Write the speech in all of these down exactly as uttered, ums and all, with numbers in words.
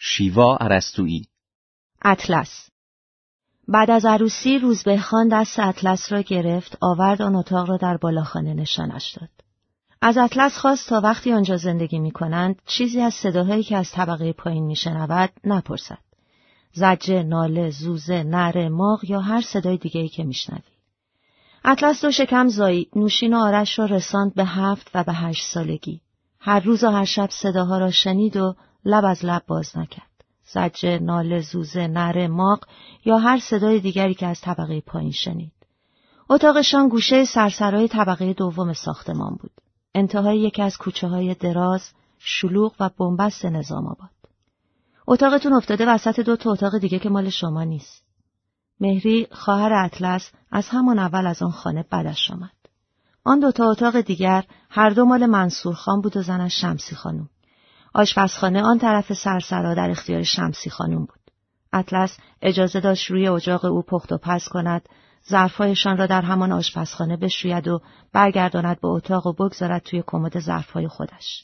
شیوا ارسطویی. اطلس. بعد از عروسی روزبه خان دست اطلس را گرفت، آورد آن اتاق را در بالاخانه نشانش داد. از اطلس خواست تا وقتی آنجا زندگی می کنند چیزی از صداهایی که از طبقه پایین می شنود نپرسد. زجه، ناله، زوزه، نعره، ماغ یا هر صدای دیگه‌ای که می شنوی. اطلس دو شکم زایی، نوشین و آرش را رساند به هفت و به هشت سالگی. هر روز و هر شب صداها را شنید و لب از لب باز نکرد. زجه، ناله، زوزه، نعره، ماغ یا هر صدای دیگری که از طبقه پایین شنید. اتاقشان گوشه سرسرای طبقه دوم ساختمان بود. انتهای یکی از کوچه‌های دراز، شلوغ و بنبست نظام آباد. اتاقتون افتاده وسط دو تا اتاق دیگه که مال شما نیست. مهری، خواهر اطلس، از همان اول از آن خانه بدش آمد. آن دو تا اتاق دیگر هر دو مال منصور خان بود و زنش شمسی خانم. آشپزخانه آن طرف سرسرا در اختیار شمسی خانم بود. اطلس اجازه داشت روی اجاق او پخت و پز کند، ظرف‌هایشان را در همان آشپزخانه بشوید و برگرداند به اتاق و بگذارد توی کمد ظرف‌های خودش.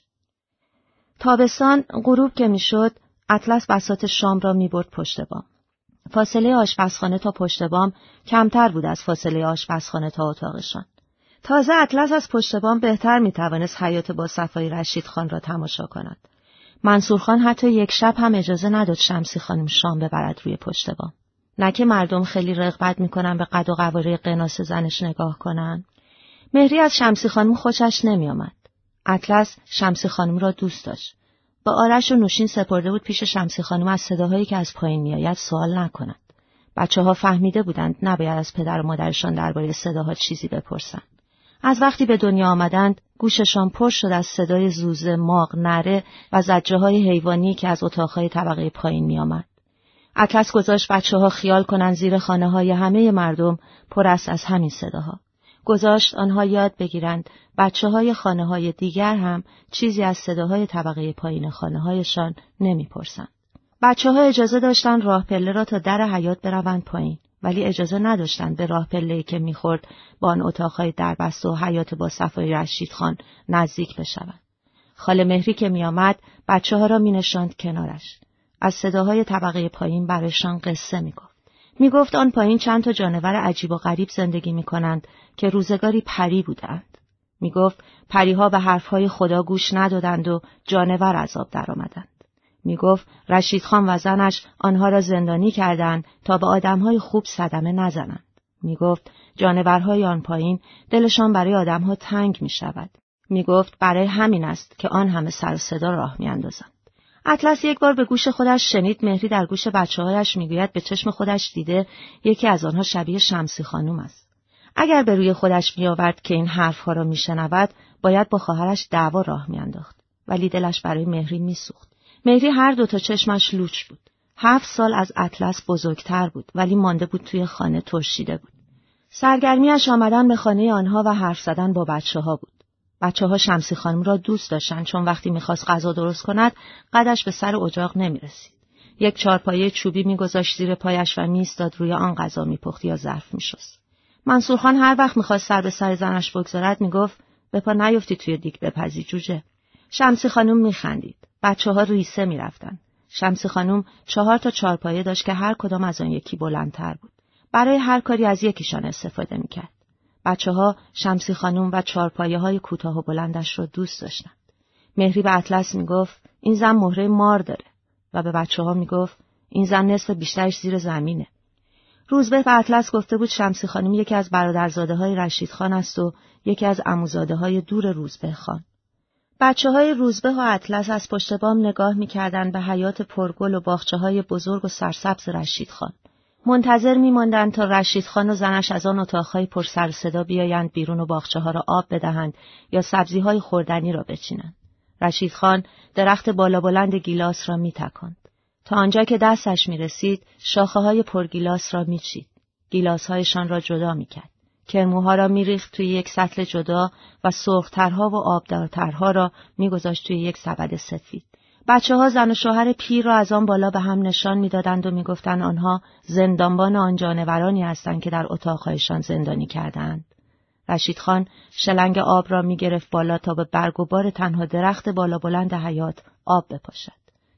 تابستان غروب که میشد، اطلس بساط شام را میبرد پشت بام. فاصله آشپزخانه تا پشت بام کمتر بود از فاصله آشپزخانه تا اتاقشان. تازه اطلس از پشت بام بهتر میتوانست حیات با صفای رشید خان را تماشا کند. منصور خان حتی یک شب هم اجازه نداد شمسی خانم شام ببرد روی پشت بام. نه که مردم خیلی رغبت میکنن به قد و قواره قناس زنش نگاه کنن. مهری از شمسی خانم خوشش نمیآمد. اطلس شمسی خانم را دوست داشت. با آرش و نوشین سپرده بود پیش شمسی خانم از صداهایی که از پایین میآید سوال نکند. بچه‌ها فهمیده بودند نباید از پدر و مادرشان درباره صداها چیزی بپرسند. از وقتی به دنیا آمدند گوششان پر شد از صدای زوزه، ماغ، نعره و زجه‌های حیوانی که از اتاقهای طبقه پایین میآمد. اطلس گذاشت بچه‌ها خیال کنند زیر خانه‌های همه مردم پر است از همین صداها. گذاشت آنها یاد بگیرند بچه‌های خانه‌های دیگر هم چیزی از صداهای طبقه پایین خانه‌هایشان نمی‌پرسند. بچه‌ها اجازه داشتند راه پله را تا در حیاط بروند پایین، ولی اجازه نداشتند به راه پله‌ای که می‌خورد با آن اتاق‌های دربسته و حیاط با صفای رشید خان نزدیک بشوند. خاله مهری که می‌آمد بچه‌ها را می‌نشاند کنارش. از صداهای طبقه پایین برایشان قصه می‌گفت. می‌گفت آن پایین چند تا جانور عجیب و غریب زندگی می‌کنند که روزگاری پری بودند. می‌گفت پریها به حرفهای خدا گوش ندادند و جانور عذاب درآمدند. می‌گفت رشید خان و زنش آنها را زندانی کردند تا به آدم‌های خوب صدمه نزنند. می‌گفت جانورهای آن پایین دلشان برای آدم‌ها تنگ می‌شود. می‌گفت برای همین است که آن همه سر و صدا راه می‌اندازند. اطلس یک بار به گوش خودش شنید مهری در گوش بچه‌هایش میگوید به چشم خودش دیده یکی از آنها شبیه شمسی خانم است. اگر به روی خودش میآورد که این حرفها را میشنود، باید با خواهرش دعوا راه میانداخت. ولی دلش برای مهری میسوخت. مهری هر دو تا چشمش لوچ بود. هفت سال از اطلس بزرگتر بود، ولی مانده بود توی خانه ترشیده بود. سرگرمیش آمدن به خانه آنها و حرف زدن با بچه‌ها بود. بچه‌ها شمسی خانم را دوست داشتند چون وقتی می‌خواست غذا درست کند قدش به سر اجاق نمی‌رسید. یک چارپایه چوبی می‌گذاشت زیر پایش و می‌ایستاد روی آن غذا می‌پخت یا ظرف می‌شست. منصور خان هر وقت می‌خواست سر به سر زنش بگذارد می‌گفت به پا نیفتی توی دیگ بپزی جوجه. شمسی خانم می‌خندید. بچه‌ها ریسه می‌رفتند. شمسی خانم چهار تا چارپایه داشت که هر کدام از آن یکی بلندتر بود. برای هر کاری از یکیشان استفاده می‌کرد. بچه‌ها شمسی خانم و چارپایه‌های کوتاه و بلندش را دوست داشتند. مهری به اطلس میگفت این زن مهره مار داره و به بچه‌ها میگفت این زن نصف بیشترش زیر زمینه. روزبه به اطلس گفته بود شمسی خانم یکی از برادرزاده‌های رشید خان است و یکی از عموزاده‌های دور روزبه خان. بچه‌های روزبه و اطلس از پشت بام نگاه می‌کردند به حیات پرگل و باغچه‌های بزرگ و سرسبز رشید خان. منتظر می‌ماندند تا رشید خان و زنش از آن اتاق‌های پر سر صدا بیایند بیرون و باغچه‌ها را آب بدهند یا سبزی‌های خوردنی را بچینند. رشید خان درخت بالا بلند گیلاس را می‌تکاند. تا آنجا که دستش می‌رسید، شاخه‌های پرگیلاس را می‌چید. گیلاس‌هایشان را جدا می‌کرد. کرموها را می‌ریخت توی یک سطل جدا و سرخ‌ترها و آبدارترها را می‌گذاشت توی یک سبد سفید. بچه‌ها زن و شوهر پیر را از آن بالا به هم نشان می‌دادند و می‌گفتند آنها زندانبان آن جانورانی هستند که در اتاق‌هایشان زندانی کردند. رشید خان شلنگ آب را می‌گرفت بالا تا به برگ و بار تنها درخت بالا بلند حیاط آب بپاشد.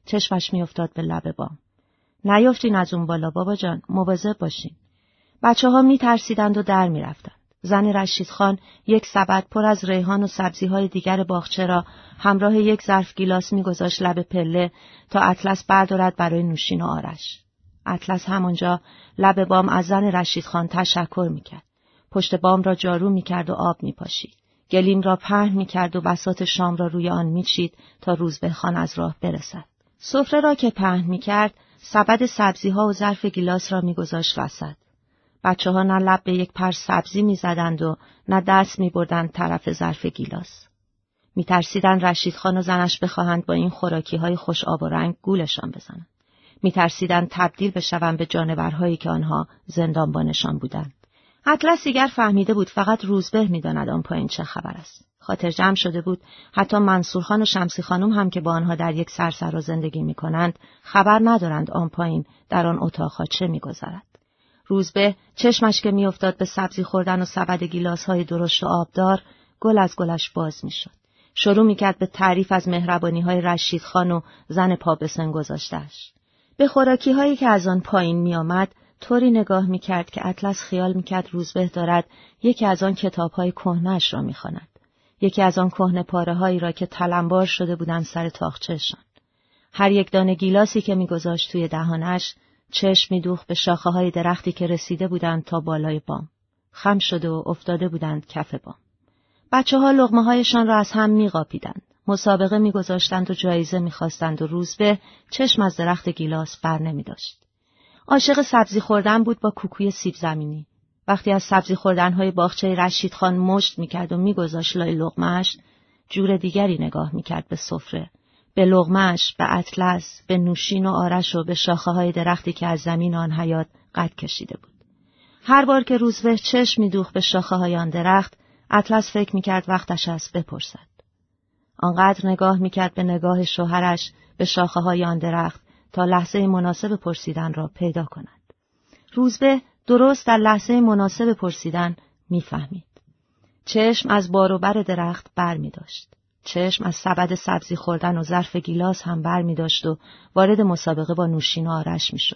چشمش میافتاد به لب بام. نیافتین از اون بالا بابا جان، مواظب باشین. بچه ها می ترسیدند و در می رفتند. زن رشید خان یک سبد پر از ریحان و سبزیهای دیگر باغچه را همراه یک ظرف گیلاس می گذاشت لب پله تا اطلس بردارد برای نوشین و آرش. اطلس همانجا لب بام از زن رشید خان تشکر می کرد. پشت بام را جارو می کرد و آب می پاشید. گلیم را پهن می کرد و بساط شام را روی آن می چید تا روزبه خان از راه برسد. سفره را که پهن می کرد، سبد سبزیها و ظرف گیلاس را می گذاشت وسط. بچه ها نه لب به یک پر سبزی می زدند و نه دست می بردند طرف ظرف گیلاس. می ترسیدند رشید خان و زنش بخواهند با این خوراکی های خوش آب و رنگ گولشان بزنند. می ترسیدند تبدیل بشوند به جانورهایی که آنها زندانبانشان بودند. اطلس دیگر فهمیده بود فقط روزبه می داند آن پایین چه خبر است. خاطر جمع شده بود حتی منصور خان و شمسی خانم هم که با آنها در یک سرسرا زندگی می کنند خبر ندارند آن پایین در آن اتاقها چه می گذرد. روزبه چشمش که می افتاد به سبزی خوردن و سبد گیلاس های درشت و آبدار گل از گلش باز می شد. شروع می کرد به تعریف از مهربانی های رشید خان و زن پا به سن گذاشته‌اش. به خوراکی هایی که از آن پایین می آمد طوری نگاه می کرد که اطلس خیال می کرد روزبه دارد یکی از آن کتاب های کهنه‌اش را می خواند. یکی از آن کهنه پاره هایی را که تلمبار شده بودند سر تاقچه‌شان. هر یک دانه گیلاسی که می گذاشت توی دهانش چشم می دوخت به شاخه های درختی که رسیده بودند تا بالای بام. خم شده و افتاده بودند کف بام. بچه ها لقمه هایشان را از هم می قاپیدند. مسابقه می گذاشتند و جایزه می خواستند و روزبه چشم از درخت گیلاس بر نمی داشت. عاشق سبزی خوردن بود با کوکوی سیب زمینی. وقتی از سبزی خوردن‌های باغچه رشید خان مشت می‌کرد و می‌گذاشت لای لقمه‌اش، جور دیگری نگاه می‌کرد به سفره، به لقمه‌اش، به اطلس، به نوشین و آرش و به شاخه‌های درختی که از زمین آن حیاط قد کشیده بود. هر بار که روزبه چشم می‌دوخت به شاخه‌های آن درخت، اطلس فکر می‌کرد وقتش است بپرسد. آنقدر نگاه می‌کرد به نگاه شوهرش به شاخه‌های آن درخت تا لحظه مناسب پرسیدن را پیدا کند. روزبه درست در لحظه مناسب پرسیدن میفهمید. چشم از بار و بر درخت بر می داشت. چشم از سبد سبزی خوردن و ظرف گیلاس هم بر می داشت و وارد مسابقه با نوشین و آرش می شد.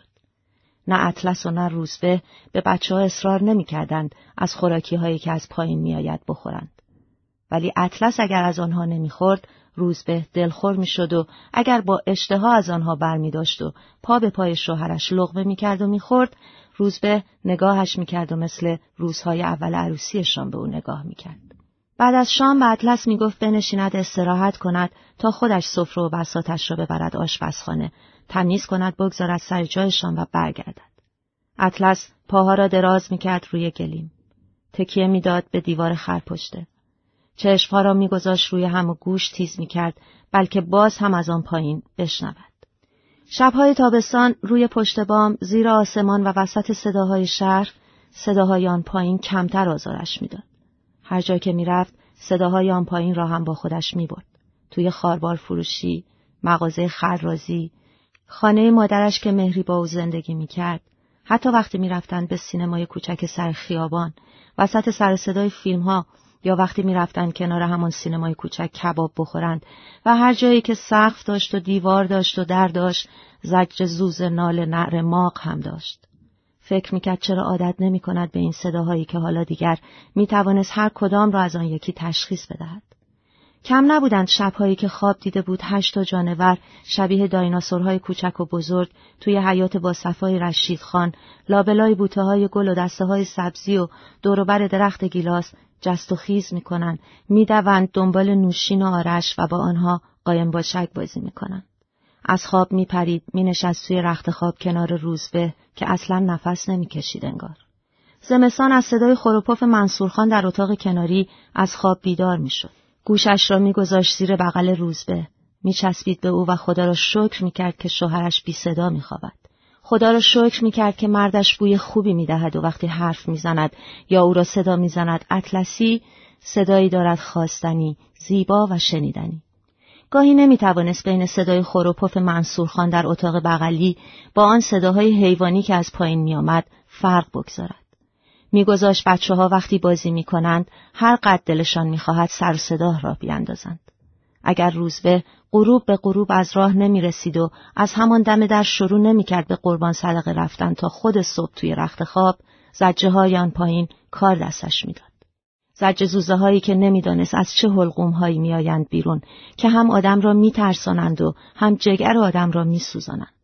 نه اطلس و نه روزبه به بچه ها اصرار نمی کردند از خوراکی هایی که از پایین می آید بخورند. ولی اطلس اگر از آنها نمی خورد، روزبه دلخور می شد و اگر با اشتها از آنها بر می داشت و پا به پای شوهرش لقمه می کرد و می خورد، روزبه نگاهش می کرد و مثل روزهای اول عروسیشان به او نگاه می کرد. بعد از شام به اطلس می گفت بنشیند استراحت کند تا خودش سفره و بساطش را ببرد آشپزخانه، تمیز کند بگذارد سر جایشان و برگردد. اطلس پاها را دراز می کرد روی گلیم. تکیه می داد به دیوار خرپشته. چشمها را می گذاشت روی هم و گوش تیز می کرد بلکه باز هم از آن پایین بشنود. شبهای تابستان روی پشت بام زیر آسمان و وسط صداهای شهر، صداهای آن پایین کمتر آزارش میداد. هر جا که میرفت صداهای آن پایین را هم با خودش میبرد. توی خاربار فروشی، مغازه خرازی، خانه مادرش که مهری با او زندگی میکرد، حتی وقتی میرفتند به سینمای کوچک سر خیابان، وسط سر صدای فیلمها، یا وقتی میرفتند کنار همان سینمای کوچک کباب بخورند و هر جایی که سقف داشت و دیوار داشت و در داشت، زجر زوز نال نعر ماغ هم داشت. فکر میکرد چرا عادت نمی کند به این صداهایی که حالا دیگر میتوانست هر کدام را از آن یکی تشخیص بدهد. کم نبودند شبهایی که خواب دیده بود هشتا جانور شبیه دایناسورهای کوچک و بزرگ توی حیاط با صفای رشید خان، لابلای بوته های گل و دسته های سبزی و دوروبر درخت گیلاس جست و خیز میکنند، میدوند دنبال نوشین و آرش و با آنها قایم باشک بازی میکنند. از خواب میپرید، مینشست توی رخت خواب کنار روزبه که اصلا نفس نمیکشید انگار. زمستان از صدای خروپف منصور خان در اتاق کناری از خواب بیدار میشد. گوشش را میگذاشت زیر بغل روزبه، میچسبید به او و خدا را شکر میکرد که شوهرش بی صدا میخوابد. خدا را شکر میکرد که مردش بوی خوبی میدهد و وقتی حرف میزند یا او را صدا میزند اطلسی، صدایی دارد خواستنی، زیبا و شنیدنی. گاهی نمیتوانست بین صدای خور و پف منصور خان در اتاق بغلی با آن صداهای حیوانی که از پایین میآمد فرق بگذارد. میگذاشت بچه ها وقتی بازی میکنند هر قد دلشان میخواهد سر و صدا را بیاندازند. اگر روزبه غروب به غروب از راه نمی رسید و از همان دم در شروع نمی کرد به قربان صدقه رفتن تا خود صبح توی رخت خواب، زجه های آن پایین کار دستش می داد. زجه زوزه هایی که نمی دانست از چه حلقوم هایی می آیند بیرون که هم آدم را می ترسانند و هم جگر آدم را می سوزانند.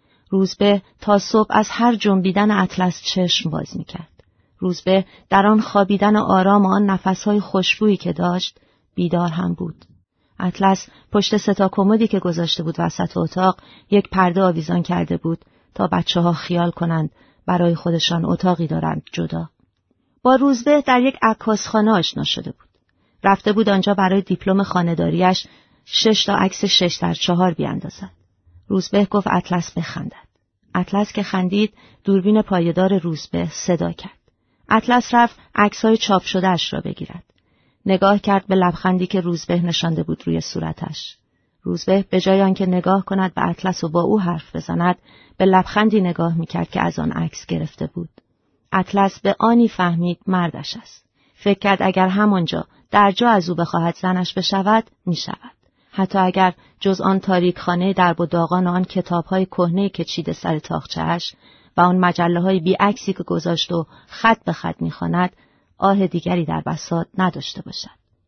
روزبه تا صبح از هر جنبیدن اطلس چشم باز می کرد. روزبه در آن خوابیدن آرام آن نفسهای خوشبویی که داشت بیدار هم بود. اطلس پشت ستا کمدی که گذاشته بود وسط اتاق یک پرده آویزان کرده بود تا بچه ها خیال کنند برای خودشان اتاقی دارند جدا. با روزبه در یک عکاسخانه آشنا شده بود. رفته بود آنجا برای دیپلم خانه‌داریش شش تا عکس شش در چهار بیاندازد. روزبه گفت اطلس بخندد. اطلس که خندید دوربین پایه‌دار روزبه صدا کرد. اطلس رفت عکس‌های چاپ شده‌اش را بگیرد. نگاه کرد به لبخندی که روزبه نشانده بود روی صورتش. روزبه به جای آنکه نگاه کند به اطلس و با او حرف بزند، به لبخندی نگاه می‌کرد که از آن عکس گرفته بود. اطلس به آنی فهمید مردش است. فکر کرد اگر همانجا در جا از او بخواهد زنش بشود، می‌شود. حتی اگر جز آن تاریکخانه درب و داغان آن کتاب‌های کهنه‌ای که چیده سر تاقچه‌اش و آن مجله‌های بی‌عکسی که گذاشت و خط به خط می‌خواند، آه دیگری در بساط نداشته باشد.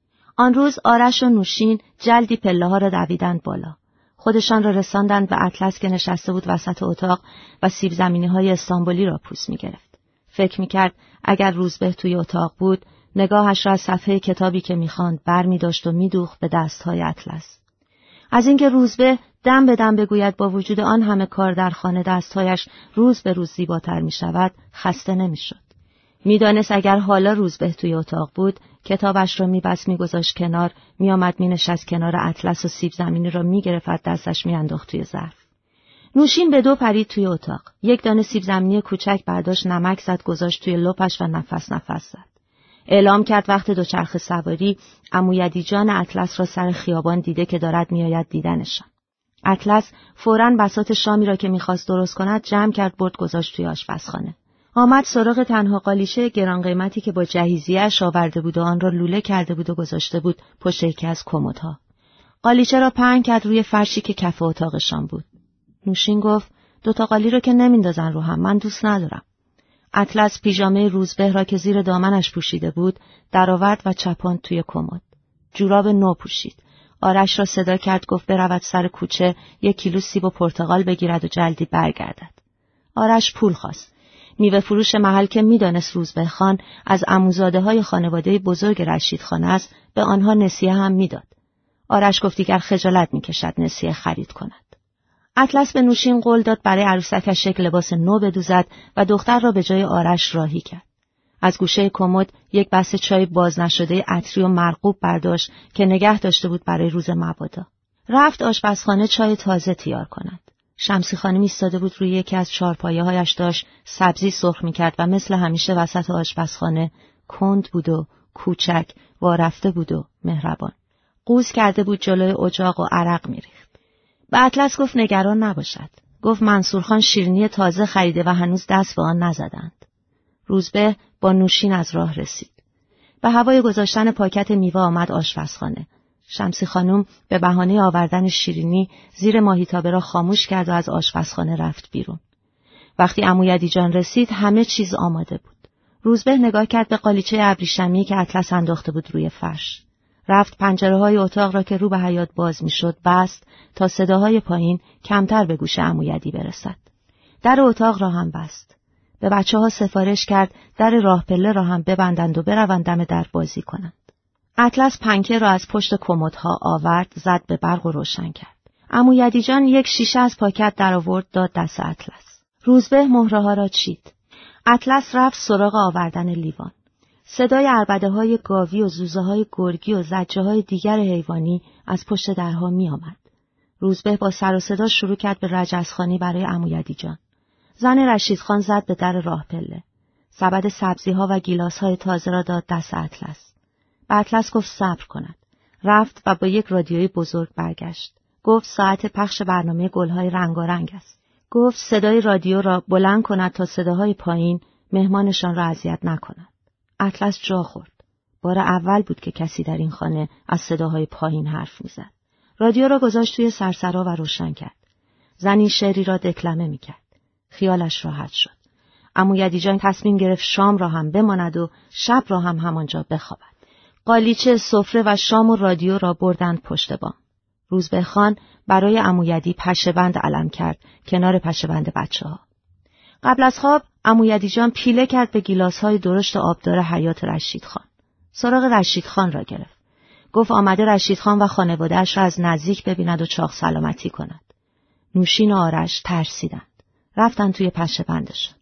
آن روز آرش و نوشین جلدی پله‌ها را دویدند بالا. خودشان را رساندند به اطلس که نشسته بود وسط اتاق و سیب زمینی‌های استانبولی را پوست می‌گرفت. فکر می‌کرد اگر روزبه توی اتاق بود، نگاهش را از صفحه کتابی که می‌خواند برمی‌داشت و می‌دوخت به دست‌های اطلس. از اینکه روزبه دم به دم بگوید با وجود آن همه کار در خانه دست‌هایش روز به روز زیباتر می‌شود، خسته نمی‌شد. می‌دانست اگر حالا روزبه توی اتاق بود، کتابش را می‌بست می‌گذاشت کنار، می‌آمد می‌نشست کنار اطلس و سیب زمینی را می‌گرفت دستش می‌انداخت توی ظرف. نوشین به دو پرید توی اتاق. یک دانه سیب زمینی کوچک برداشت، نمک زد، گذاشت توی لپش و نفس نفس زد. اعلام کرد وقت دوچرخه سواری عمو یدیجان اطلس را سر خیابان دیده که دارد میآید دیدنشان. اطلس فوراً بساط شامی را که می‌خواست درست کند جمع کرد، برد گذاشت توی آشپزخانه. آمد سراغ تنها قالیچه گران قیمتی که با جهیزیه‌اش آورده بود و آن را لوله کرده بود و گذاشته بود پشت یکی از کمدها. قالیچه را پهن کرد روی فرشی که کف اتاقشان بود. نوشین گفت دوتا قالی رو که نمیندازن رو هم، من دوست ندارم. اطلس پیژامه روزبه را که زیر دامنش پوشیده بود درآورد و چپاند توی کمد. جوراب نو پوشید. آرش را صدا کرد، گفت برود سر کوچه یک کیلو سیب و پرتقال بگیرد و جلدی برگردد. آرش پول خواست. میوه فروش محل که میدانست روزبه خان از عموزاده های خانواده بزرگ رشید خان است، به آنها نسیه هم میداد. آرش گفت دیگر خجالت میکشد نسیه خرید کند. اطلس به نوشین قول داد برای عروسکش یک لباس نو بدوزد و دختر را به جای آرش راهی کرد. از گوشه کمد یک بسته چای باز نشده عطری و مرغوب برداشت که نگه داشته بود برای روز مبادا. رفت آشپزخانه چای تازه تیار کند. شمسی خانم ایستاده بود روی یکی از چهارپایه‌هایش، داشت سبزی سرخ می‌کرد و مثل همیشه وسط آشپزخانه کند بود و کوچک، وارفته بود و مهربان. قوز کرده بود جلوی اجاق و عرق می‌ریخت. به اطلس گفت نگران نباشد. گفت منصور خان شیرینی تازه خریده و هنوز دست به آن نزدند. روزبه با نوشین از راه رسید. به هوای گذاشتن پاکت میوه آمد آشپزخانه. شمسی خانم به بهانه آوردن شیرینی زیر ماهیتابه را خاموش کرد و از آشپزخانه رفت بیرون. وقتی عمو یدیجان رسید همه چیز آماده بود. روزبه نگاه کرد به قالیچه ابریشمی که اطلس انداخته بود روی فرش. رفت پنجره‌های اتاق را که رو به حیاط باز می‌شد بست تا صداهای پایین کمتر به گوش عمو یدی برسد. در اتاق را هم بست. به بچه‌ها سفارش کرد در راه پله را هم ببندند و بروند دم در بازی کنند. اطلس پنکه را از پشت کمدها آورد، زد به برق و روشن کرد. عمو یدیجان یک شیشه از پاکت در آورد داد دست اطلس. روزبه مهره‌ها را چید. اطلس رفت سراغ آوردن لیوان. صدای عربده‌های گاوی و زوزه‌های گرگی و زجه‌های دیگر حیوانی از پشت درها می آمد. روزبه با سر و صدا شروع کرد به رجزخوانی برای عمو یدیجان. زن رشید خان زد به در راه پله. سبد سبزی‌ها و گیلاس‌های تازه را داد دست اطلس. به اطلس گفت صبر کند. رفت و با یک رادیوی بزرگ برگشت. گفت ساعت پخش برنامه گل‌های رنگارنگ است. گفت صدای رادیو را بلند کند تا صداهای پایین مهمانشان را اذیت نکند. اطلس جا خورد. بار اول بود که کسی در این خانه از صداهای پایین حرف می‌زد. رادیو را گذاشت توی سرسرا و روشن کرد. زنی شعری را دکلمه میکرد. خیالش راحت شد. عمو یدیجان تصمیم گرفت شام را هم بماند و شب را هم همانجا بخوابد. قالیچه، سفره و شام و رادیو را بردند پشت بام. روزبه خان برای عمو یدی پشه‌بند علم کرد کنار پشه‌بند بچه‌ها. قبل از خواب عمو یدیجان پیله کرد به گیلاس‌های درشت آبدار حیاط رشید خان. سراغ رشید خان را گرفت. گفت آمده رشید خان و خانواده‌اش را از نزدیک ببیند و چاق سلامتی کند. نوشین و آرش ترسیدند. رفتن توی پشه‌بندشان.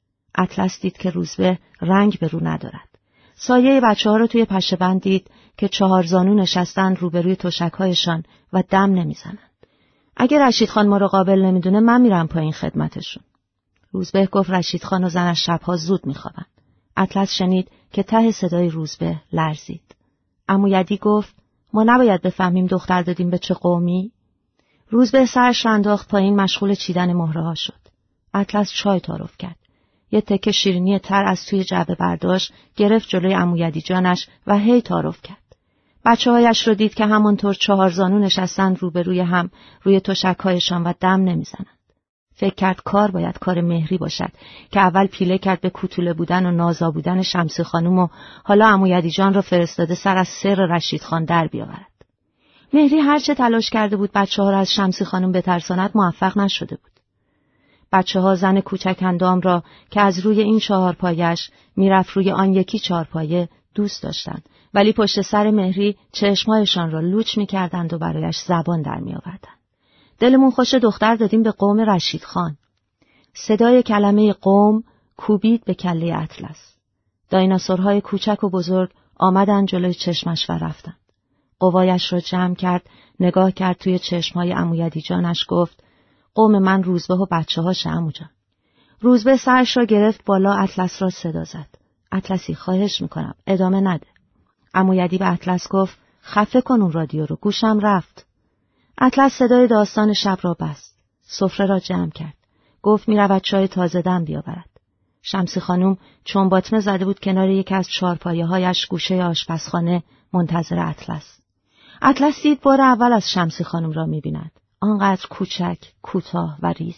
اطلس دید که روزبه رنگ به رو ندارد. سایه بچه‌ها رو توی پشه‌بند دید که چهار زانو نشستند روبروی تشک‌هایشان و دم نمیزنند. اگه رشید خان ما رو قابل نمیدونه من میرم پایین خدمتشون. روزبه گفت رشید خان و زنش شبها زود میخوابن. اطلس شنید که ته صدای روزبه لرزید. عمو یدی گفت ما نباید بفهمیم دختر دادیم به چه قومی؟ روزبه سرش انداخت پایین مشغول چیدن مهره‌ها شد. اطلس چای تعارف کرد. یه تکه شیرینی تر از توی جعبه برداشت، گرفت جلوی عمو یدی جانش و هی تعارف کرد. بچه‌هایش رو دید که همانطور چهار زانو نشستند روبروی هم روی تشک‌هایشان و دم نمیزنند. فکر کرد کار باید کار مهری باشد که اول پیله کرد به کوتوله بودن و نازا بودن شمسی خانم و حالا عمو یدی جان را فرستاده سر از سر رشید خان در بیاورد. مهری هرچه تلاش کرده بود بچه‌ها را از شمسی خانم بترساند موفق نشده بود. بچه‌ها زن کوچک اندام را که از روی این چهار پایش میرفت روی آن یکی چهار پایه دوست داشتند، ولی پشت سر مهری چشمهایشان را لوچ می‌کردند و برایش زبان در می‌آوردند. دلمون خوش دختر دادیم به قوم رشید خان. صدای کلمه قوم کوبید به کله اطلس. دایناسورهای کوچک و بزرگ آمدند جلوی چشمش و رفتند. قوایش را جمع کرد، نگاه کرد توی چشمهای عمو یدی جانش، گفت قوم من روزبه و بچه هاشه عمو جان. روزبه سرش را گرفت بالا، اطلس را صدا زد. اطلسی خواهش میکنم ادامه نده. عمو یدی به اطلس گفت خفه کن اون رادیو رو، گوشم رفت. اطلس صدای داستان شب را بست. سفره را جمع کرد. گفت میرود چای تازه دم بیاورد. شمسی خانم چون باطمه زده بود کنار یکی از چهارپایه هایش گوشه آشپزخانه منتظر اطلس. اطلس دید بار اول از شمسی خانم را میبیند. آنقدر کوچک، کوتاه و ریز.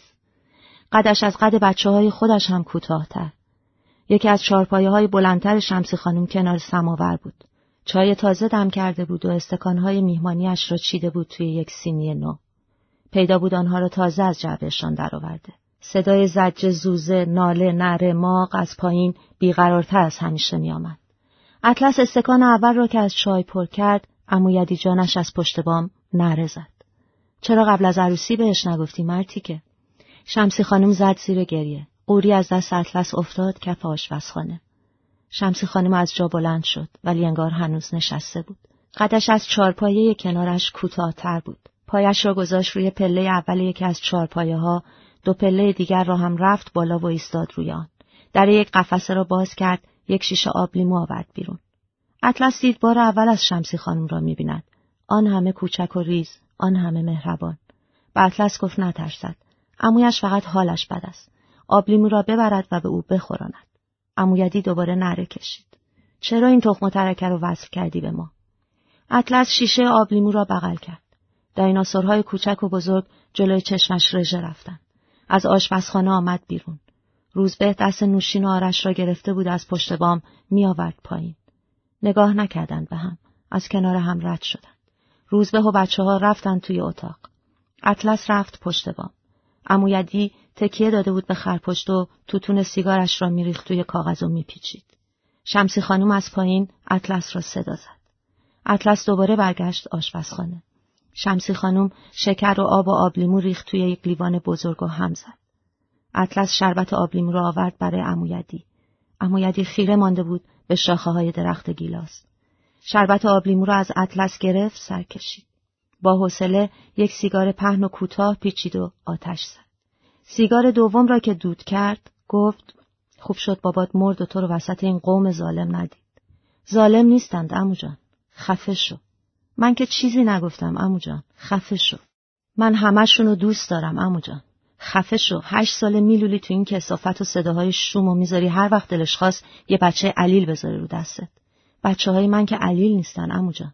قدش از قد بچه های خودش هم کوتاه‌تر. یکی از چهارپایه های بلندتر شمسی خانم کنار سماور بود. چای تازه دم کرده بود و استکانهای میهمانیش را چیده بود توی یک سینی نو. پیدا بود آنها را تازه از جعبهشان درآورده. صدای زجه، زوزه، ناله، نره، ماغ از پایین بیقرارتر از همیشه می آمد. اطلس استکان اول را که از چای پر کرد، عمو یدی جانش از پشت بام نره زد. چرا قبل از عروسی بهش نگفتی مرتی که؟ شمسی خانم زد زیر گریه. قوری از دست اطلس افتاد کف آشپزخانه. شمسی خانم از جا بلند شد ولی انگار هنوز نشسته بود. قدش از چارپایه کنارش کوتاه‌تر بود. پایش را گذاشت روی پله اول یکی از چارپایه ها، دو پله دیگر را هم رفت بالا و ایستاد روی آن. در یک قفسه را باز کرد، یک شیشه آب لیمو آورد بیرون. اطلس دید بار اول از شمسی خانم را می‌بیند. آن همه کوچک و ریز، آن همه مهربان. به اطلس گفت نترسد. عمویش فقط حالش بد است. آب لیمو را ببرد و به او بخوراند. عمو یدی دوباره نره کشید. چرا این تخم و ترکه رو وصل کردی به ما؟ اطلس شیشه آب لیمو را بغل کرد. دایناسورهای کوچک و بزرگ جلوی چشمش رژه رفتند. از آشپزخانه آمد بیرون. روزبه دست نوشین و آرش را گرفته بود، از پشت بام می آورد پایین. نگاه نکردند به هم. از کنار هم رد شدند. روزبه و بچه ها رفتند توی اتاق. اطلس رفت پشت بام. عمو یدی تکیه داده بود به خرپشت و توتون سیگارش را میریخت توی کاغذ و میپیچید. شمسی خانم از پایین اطلس را صدا زد. اطلس دوباره برگشت آشپزخانه. شمسی خانم شکر و آب و آب لیمو ریخت توی یک لیوان بزرگ و هم زد. اطلس شربت آب لیمو را آورد برای عمو یدی. عمو یدی خیره مانده بود به شاخه های درخت گیلاس. شربت آب لیمو را از اطلس گرفت، سر کشید. با حوصله یک سیگار پهن و کوتاه پیچید و آتش زد. سیگار دوم را که دود کرد، گفت خوب شد بابات مرد و تو رو وسط این قوم ظالم ندید. ظالم نیستند عمو جان. خفه شو. من که چیزی نگفتم عمو جان. خفه شو. من همه‌شون رو دوست دارم عمو جان. خفه شو. هشت ساله میلولی تو این کثافت و صداهای شوم و میذاری هر وقت دلش خواست یه بچه علیل بذاره رو دستت. بچه‌های من که علیل نیستن عمو جان.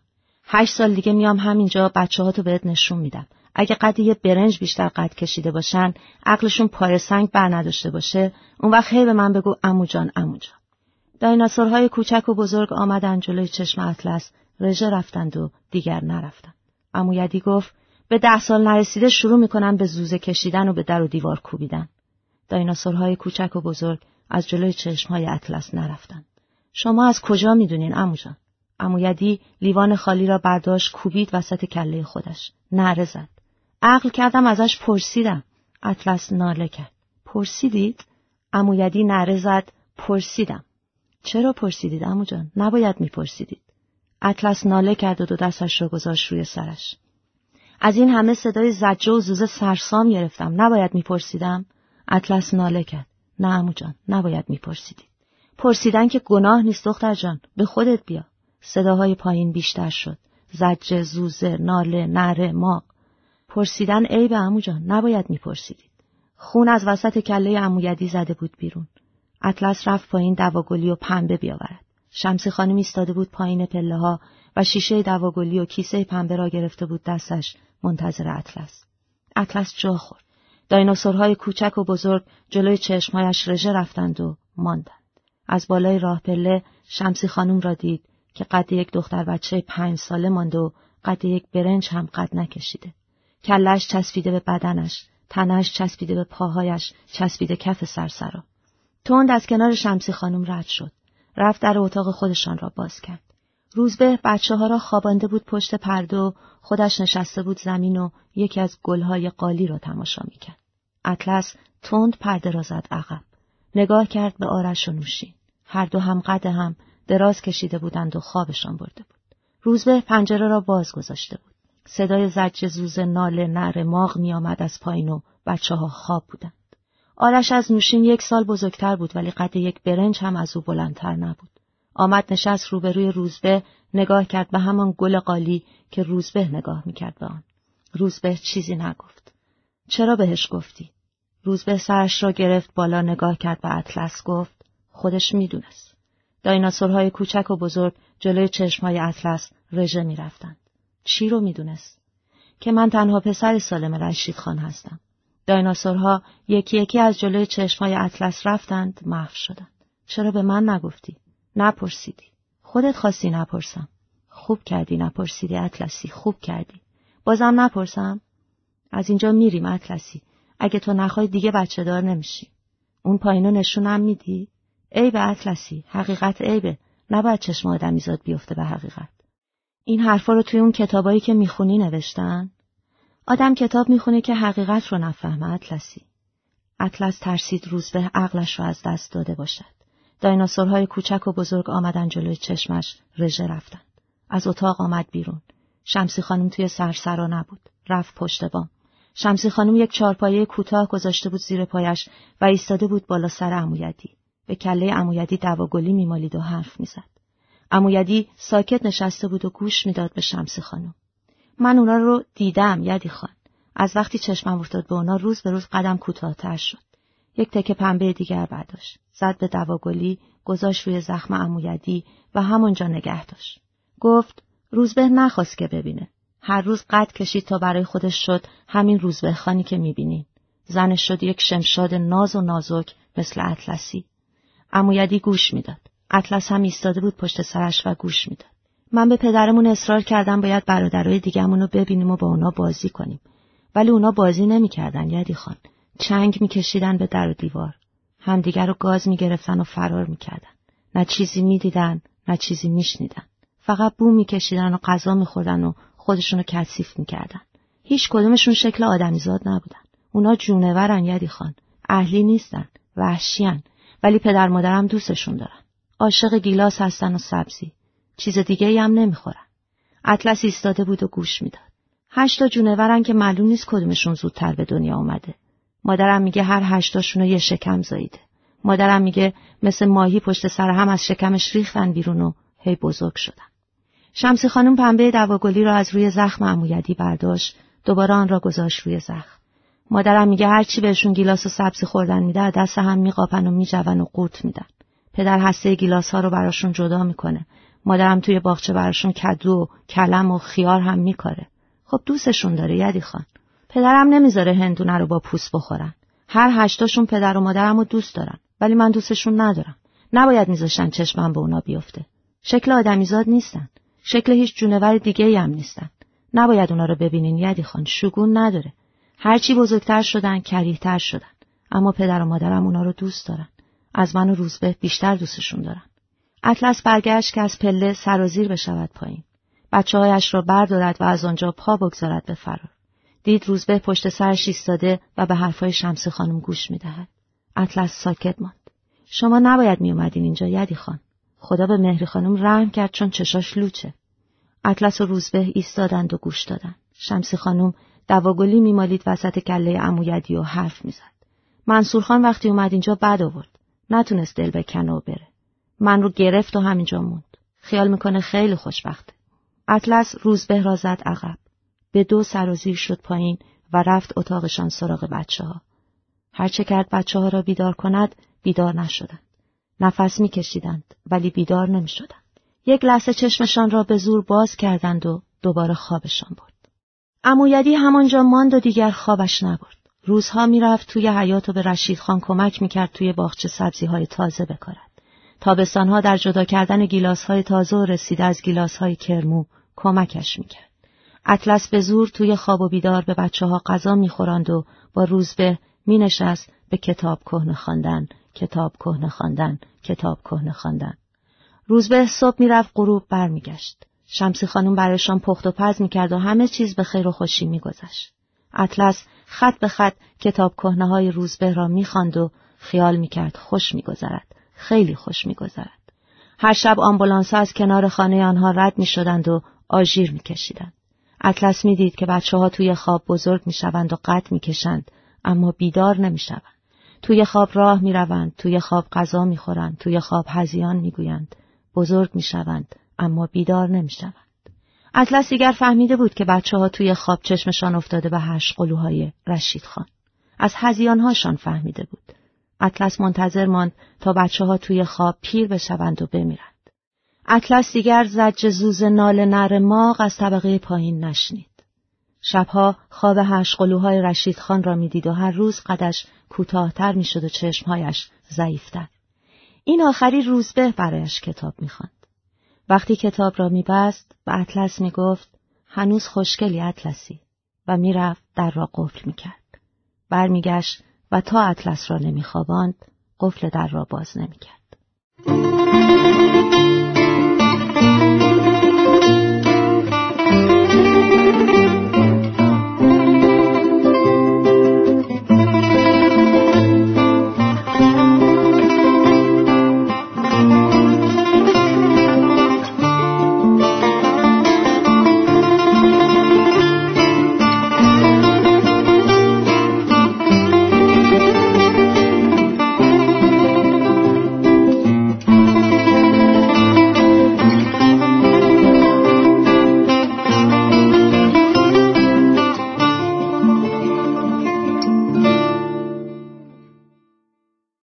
هشت سال دیگه میام همینجا بچه ها تو بهت نشون میدم. اگه قد یه برنج بیشتر قد کشیده باشن، عقلشون پای سنگ بر نداشته باشه، اون وقت هی به من بگو عمو جان عمو جان. دایناسورهای کوچک و بزرگ آمدن جلوی چشم اطلس، رژه رفتند و دیگر نرفتند. عمو یدی گفت به ده سال نرسیده شروع میکنن به زوزه کشیدن و به در و دیوار کوبیدن. دایناسورهای کوچک و بزرگ از جلوی چشمهای اطلس نرفتند. شما از کجا میدونین عمو جان؟ عمو یدی لیوان خالی را برداشت، کوبید وسط کله خودش. نعره زد. عقل کردم ازش پرسیدم. اطلس ناله کرد. پرسیدید؟ عمو یدی نعره زد. پرسیدم. چرا پرسیدید عمو جان؟ نباید میپرسیدید. اطلس ناله کرد و دو دستش را گذاشت روی سرش. از این همه صدای زجه و زوزه سرسام گرفتم. نباید میپرسیدم. اطلس ناله کرد. نه عمو جان، نباید میپرسیدید. پرسیدن که گناه نیست دختر جان. به خودت بیا. صداهای پایین بیشتر شد. زجه، زوزه، ناله، نعره، ماغ. پرسیدن عیب عمو جان، نباید میپرسیدید. خون از وسط کله عمو یدی زده بود بیرون. اطلس رفت پایین دواگلی و پنبه بیاورد. شمسی خانم ایستاده بود پایین پله ها و شیشه دواگلی و کیسه پنبه را گرفته بود دستش، منتظر اطلس. اطلس جا خورد. دایناسورهای کوچک و بزرگ جلوی چشمهایش رژه رفتند و ماندند. از بالای راه پله شمسی خانم را دید که قد یک دختر بچه پنج ساله مانده و قد یک برنج هم قد نکشیده. کلش چسبیده به بدنش، تنش چسبیده به پاهایش، چسبیده کف سرسرا. تند از کنار شمسی خانم رد شد. رفت در اتاق خودشان را باز کرد. روزبه بچه ها را خوابانده بود پشت پرده و خودش نشسته بود زمین و یکی از گلهای قالی را تماشا میکرد. اطلس تند پرده را زد عقب. نگاه کرد به آرش و نوشین. هر دو هم قد هم دراز کشیده بودند و خوابشان برده بود. روزبه پنجره را باز گذاشته بود. صدای زجر، زوزه، ناله، نعره، ماغ می آمد از پایین و بچه ها خواب بودند. آرش از نوشین یک سال بزرگتر بود ولی قد یک برنج هم از او بلندتر نبود. آمد نشست روبروی روزبه، نگاه کرد به همان گل قالی که روزبه نگاه میکرد به آن. روزبه چیزی نگفت. چرا بهش گفتی؟ روزبه سرش را گرفت بالا، نگاه کرد به اطلس، گفت خودش میدونست. دایناسورهای کوچک و بزرگ جلوی چشمهای اطلس رژه میرفتند. چی رو میدونست؟ که من تنها پسر سالم رشید خان هستم. دایناسورها یکی یکی از جلوی چشمهای اطلس رفتند، محو شدند. چرا به من نگفتی؟ نپرسیدی. خودت خواستی نپرسم. خوب کردی نپرسیدی اطلسی، خوب کردی. بازم نپرسم؟ از اینجا میریم اطلسی. اگه تو نخوای دیگه بچه دار نمیشی. اون پایینو نشونم میدی؟ عیبه اطلسی، حقیقت عیبه. نباید چشم آدمیزاد بیفته به حقیقت. این حرفا رو توی اون کتابایی که میخونی نوشتن؟ آدم کتاب میخونه که حقیقت رو نفهمه اطلسی. اطلس ترسید روزبه عقلش رو از دست داده باشد. دایناسورهای کوچک و بزرگ آمدن جلوی چشمش، رژه رفتند. از اتاق آمد بیرون. شمسی خانم توی سرسرا نبود. رفت پشت بام. شمسی خانم یک چارپایه کوتاه گذاشته بود زیر پایش و ایستاده بود بالا سر عمو یدی. به کله عمو یدی دواگلی میمالید و حرف میزد. عمو یدی ساکت نشسته بود و گوش میداد به شمسی خانم. من اونا رو دیدم یدی خان. از وقتی چشمم افتاد به اونا روز به روز قدم کوتاه‌تر شد. یک تکه پنبه دیگر برداشت. زد به دواگلی، گذاشت روی زخم عمو یدی و همونجا نگه داشت. گفت روزبه نخواست که ببینه. هر روز قد کشید تا برای خودش شد همین روزبه خانی که میبینین. زنش شد یک شمشاد ناز و نازک مثل اطلسی. عمو یدی گوش میداد. اطلس هم ایستاده بود پشت سرش و گوش میداد. من به پدرمون اصرار کردم باید برادرای دیگه‌مون رو ببینیم و با اونا بازی کنیم. ولی اونا بازی نمی‌کردن یدی خان. چنگ می‌کشیدن به در و دیوار. همدیگر رو گاز می‌گرفتن و فرار می‌کردن. نه چیزی می‌دیدن، نه چیزی می‌شنیدن. فقط بو می‌کشیدن و غذا می‌خوردن و خودشونو کثیف می‌کردن. هیچ کدومشون شکل آدمیزاد نبودن. اونا جونورن یدی خان. اهلی نیستن، وحشیان، ولی پدر مادرم دوستشون دارن. عاشق گیلاس هستن و سبزی. چیز دیگه ای هم نمیخورن. اطلس ایستاده بود و گوش میداد. هشتا جونورن که معلوم نیست کدومشون زودتر به دنیا اومده. مادرم میگه هر هشتاشونو یه شکم زاییده. مادرم میگه مثل ماهی پشت سر هم از شکمش ریختن بیرون و هی بزرگ شدن. شمسی خانم پنبه دواگلی را از روی زخم عمو یدی برداشت، دوباره آن را گذاشت روی زخم. مادرم میگه هر چی بهشون گیلاس و سبزی خوردن میده دست هم میقاپن و میجون و قورت میدن. پدر هسته گیلاس ها رو براشون جدا میکنه. مادرم توی باغچه براشون کدو و کلم و خیار هم میکاره. خب دوستشون داره یدی خان. پدرم نمیذاره هندونه رو با پوست بخورن. هر هشتاشون پدر و مادرم رو دوست دارن، ولی من دوستشون ندارم. نباید میذاشن چشمم به اونا بیفته. شکل آدمیزاد نیستن. شکل هیچ جونور دیگه‌ای هم نیستن. نباید اونا رو ببینین یدی خان، شگون نداره. هرچی بزرگتر شدن کریه‌تر شدن، اما پدر و مادرم اونا رو دوست دارن. از من و روزبه بیشتر دوستشون دارن. اطلس برگشت که از پله سرازیر بشود پایین. بچه‌هایش را بردارد و از آنجا پا بگذارد به فرار. دید روزبه پشت سرش ایستاده و به حرفای شمسی خانم گوش می‌دهد. اطلس ساکت ماند. شما نباید میومدین اینجا یدی خان. خدا به مهری خانم رحم کرد چون چشاش لوچه. اطلس و روزبه ایستادند و گوش دادند. شمسی خانم دواگلی میمالید وسط کله عمو یدی و حرف میزد. منصور خان وقتی اومد اینجا بد آورد. نتونست دل بکنه و بره. من رو گرفت و همینجا موند. خیال میکنه خیلی خوشبخته. اطلس روزبه را زد عقب. به دو سرازیر شد پایین و رفت اتاقشان سراغ بچه ها. هرچه کرد بچه ها را بیدار کند بیدار نشدند. نفس میکشیدند ولی بیدار نمیشدند. یک لحظه چشمشان را به زور باز کردند و دوباره خوابشان برد. عمو یدی همانجا ماند و دیگر خوابش نبرد. روزها میرفت توی حیاط و به رشید خان کمک میکرد توی باغچه سبزی‌های تازه بکارد. تابستانها در جدا کردن گیلاس‌های تازه و رسیده از گیلاس‌های کرمو کمکش میکرد. اطلس به زور توی خواب و بیدار به بچه‌ها غذا میخوراند و با روزبه مینشست به کتاب کهنه خواندن، کتاب کهنه خواندن، کتاب کهنه خواندن. روزبه صبح میرفت غروب برمیگشت. شمسی خانم برایشان پخت و پز میکرد و همه چیز به خیر و خوشی میگذشت. اطلس خط به خط کتاب کهنه‌های روزبه را میخواند و خیال میکرد خوش میگذرد، خیلی خوش میگذرد. هر شب آمبولانس‌ها از کنار خانه آنها رد میشدند و آژیر میکشیدند. اطلس میدید که بچه‌ها توی خواب بزرگ میشوند و قد میکشند، اما بیدار نمیشوند. توی خواب راه میروند، توی خواب غذا میخورند، توی خواب هذیان میگویند، بزرگ میشوند اما بیدار نمیشوند. اطلس دیگر فهمیده بود که بچه‌ها توی خواب چشمشان افتاده به هشت قلوهای رشید خان. از هذیان‌هاشان فهمیده بود. اطلس منتظر ماند تا بچه‌ها توی خواب پیر بشوند و بمیرند. اطلس دیگر زجر زوز ناله نر ماغ از طبقه پایین نشنید. شبها خواب هشت قلوهای رشید خان را میدید و هر روز قدش کوتاه‌تر میشد و چشمهایش ضعیف‌تر. این آخری روزبه برایش کتاب می‌خواند. وقتی کتاب را می‌بست به اطلس می‌گفت هنوز خوشگلی اطلسی و میرفت در را قفل می‌کرد. برمیگشت و تا اطلس را نمی‌خواباند قفل در را باز نمی‌کرد.